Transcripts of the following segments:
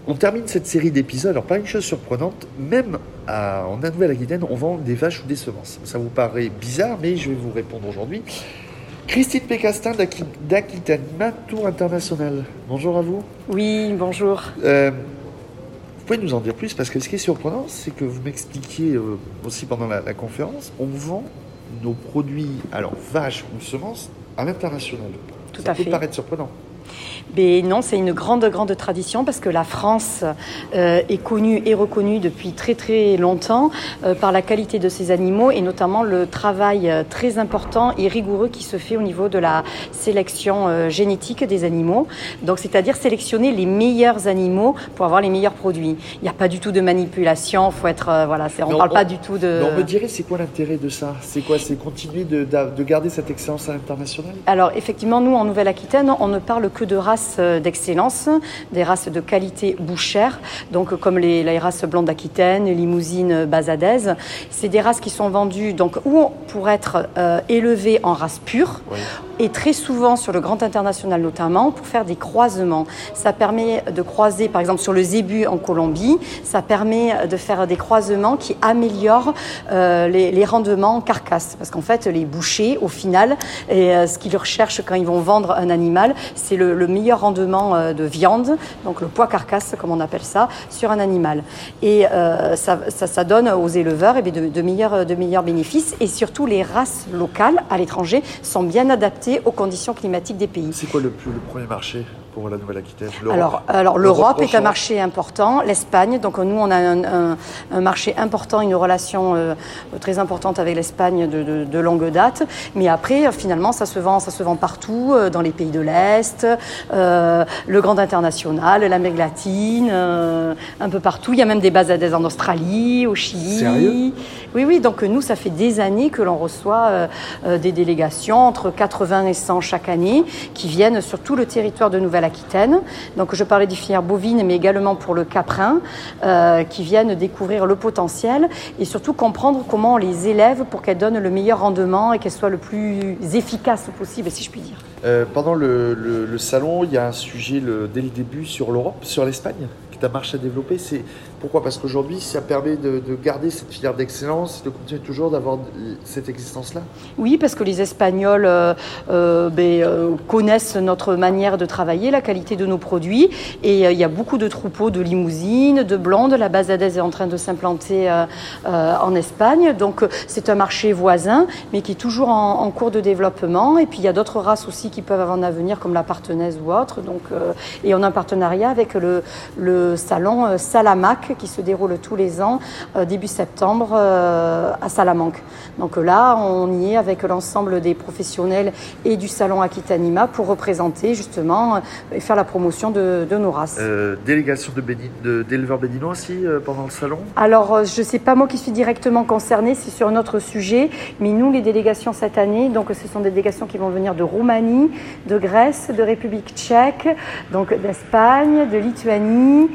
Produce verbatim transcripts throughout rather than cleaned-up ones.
On termine cette série d'épisodes, alors par une chose surprenante, même à, en Nouvelle-Aquitaine, on vend des vaches ou des semences. Ça vous paraît bizarre, mais je vais vous répondre aujourd'hui. Christine Pécastin d'Aquitanima Tour International. Bonjour à vous. Oui, bonjour. Euh, vous pouvez nous en dire plus, parce que ce qui est surprenant, c'est que vous m'expliquiez euh, aussi pendant la, la conférence, on vend nos produits, alors vaches ou semences, à l'international. Tout Ça à peut fait. paraître surprenant. Mais non, c'est une grande, grande tradition parce que la France euh, est connue et reconnue depuis très, très longtemps euh, par la qualité de ses animaux et notamment le travail euh, très important et rigoureux qui se fait au niveau de la sélection euh, génétique des animaux. Donc, c'est-à-dire sélectionner les meilleurs animaux pour avoir les meilleurs produits. Il n'y a pas du tout de manipulation, faut être, euh, voilà, c'est, on ne parle on, pas du tout de... Mais on me dirait, c'est quoi l'intérêt de ça? C'est quoi? C'est continuer de, de garder cette excellence à l'international? Alors, effectivement, nous, en Nouvelle-Aquitaine, on ne parle que de races d'excellence, des races de qualité bouchère, donc comme les, les races blancs d'Aquitaine, limousine, basadaise. C'est des races qui sont vendues donc, ou pour être euh, élevées en race pure, oui. Et très souvent sur le grand international notamment, pour faire des croisements. Ça permet de croiser, par exemple sur le zébu en Colombie, ça permet de faire des croisements qui améliorent euh, les, les rendements carcasses. Parce qu'en fait, les bouchers, au final, et, euh, ce qu'ils recherchent quand ils vont vendre un animal, c'est le, le meilleur rendement euh, de viande, donc le poids carcasse, comme on appelle ça, sur un animal. Et euh, ça, ça, ça donne aux éleveurs eh bien, de, de, meilleurs, de meilleurs bénéfices. Et surtout, les races locales à l'étranger sont bien adaptées aux conditions climatiques des pays. C'est quoi le, plus, le premier marché pour la Nouvelle-Aquitaine? Alors, alors l'Europe est un marché important, l'Espagne, donc nous on a un, un, un marché important, une relation euh, très importante avec l'Espagne de, de, de longue date, mais après finalement ça se vend, ça se vend partout, euh, dans les pays de l'Est, euh, le grand international, l'Amérique latine, euh, un peu partout, il y a même des basades en Australie, au Chili. Sérieux? Oui, oui, donc nous ça fait des années que l'on reçoit euh, euh, des délégations, entre quatre-vingts et cent chaque année, qui viennent sur tout le territoire de Nouvelle-Aquitaine. Donc je parlais des filières bovines, mais également pour le caprin, euh, qui viennent découvrir le potentiel et surtout comprendre comment on les élève pour qu'elles donnent le meilleur rendement et qu'elles soient le plus efficaces possible, si je puis dire. Euh, pendant le, le, le salon, il y a un sujet le, dès le début sur l'Europe, sur l'Espagne, qui est un marché à développer. C'est, pourquoi? Parce qu'aujourd'hui, ça permet de, de garder cette filière d'excellence, de continuer toujours d'avoir cette existence-là. Oui, parce que les Espagnols euh, euh, ben, euh, connaissent notre manière de travailler, la qualité de nos produits. Et euh, il y a beaucoup de troupeaux de limousines, de blondes. La basadaise est en train de s'implanter euh, euh, en Espagne. Donc, euh, c'est un marché voisin, mais qui est toujours en, en cours de développement. Et puis, il y a d'autres races aussi qui peuvent avoir un avenir, comme la partenaise ou autre. Donc, euh, et on a un partenariat avec le, le salon euh, Salamac, qui se déroule tous les ans, euh, début septembre, euh, à Salamanque. Donc là, on y est avec l'ensemble des professionnels et du salon Aquitanima pour représenter justement euh, et faire la promotion de, de nos races. Euh, délégation de béni, de, d'éleveurs béninois aussi euh, pendant le salon? Alors, euh, je ne sais pas moi qui suis directement concernée, c'est sur un autre sujet, mais nous, les délégations cette année, donc ce sont des délégations qui vont venir de Roumanie, de Grèce, de République tchèque, donc d'Espagne, de Lituanie,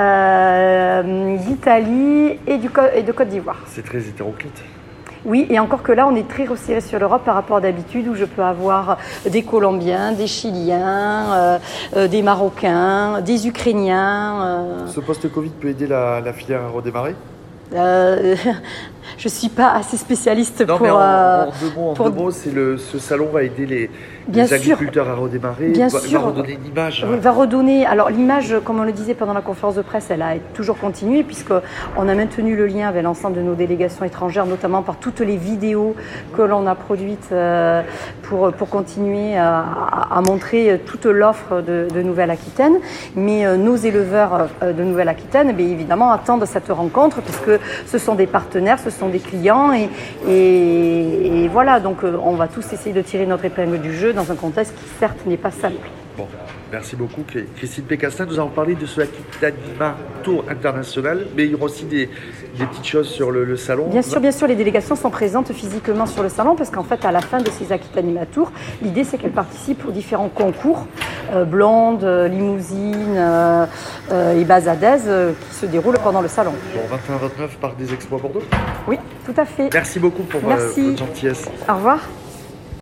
euh, d'Italie et, du, et de Côte d'Ivoire. C'est très hétéroclite. Oui, et encore que là, on est très resserré sur l'Europe par rapport à d'habitude où je peux avoir des Colombiens, des Chiliens, euh, euh, des Marocains, des Ukrainiens. Euh... Ce post-Covid peut aider la, la filière à redémarrer? euh, Je ne suis pas assez spécialiste non, pour... Mais en, euh, en deux mots, en pour... deux mots c'est le, ce salon va aider les, Bien les sûr. agriculteurs à redémarrer, Bien va, sûr. va redonner une image. Oui, va redonner... Alors l'image, comme on le disait pendant la conférence de presse, elle a toujours continué puisqu'on a maintenu le lien avec l'ensemble de nos délégations étrangères, notamment par toutes les vidéos que l'on a produites euh, pour, pour continuer à, à montrer toute l'offre de, de Nouvelle-Aquitaine. Mais euh, nos éleveurs euh, de Nouvelle-Aquitaine, bien évidemment, attendent cette rencontre puisque ce sont des partenaires, ce sont des clients et, et, et voilà, donc euh, on va tous essayer de tirer notre épingle du jeu dans un contexte qui certes n'est pas simple. Bon, merci beaucoup Christine Pécastin. Nous avons parlé de ce Aquitanima Tour International, mais il y aura aussi des, des petites choses sur le, le salon. Bien sûr, bien sûr, les délégations sont présentes physiquement sur le salon parce qu'en fait, à la fin de ces Aquitanima Tours, l'idée c'est qu'elles participent aux différents concours, euh, blondes, limousines euh, euh, et basadaises euh, qui se déroulent pendant le salon. Bon, vingt et un vingt-neuf Parc des Expos à Bordeaux. Oui, tout à fait. Merci beaucoup pour Merci. votre gentillesse. Au revoir.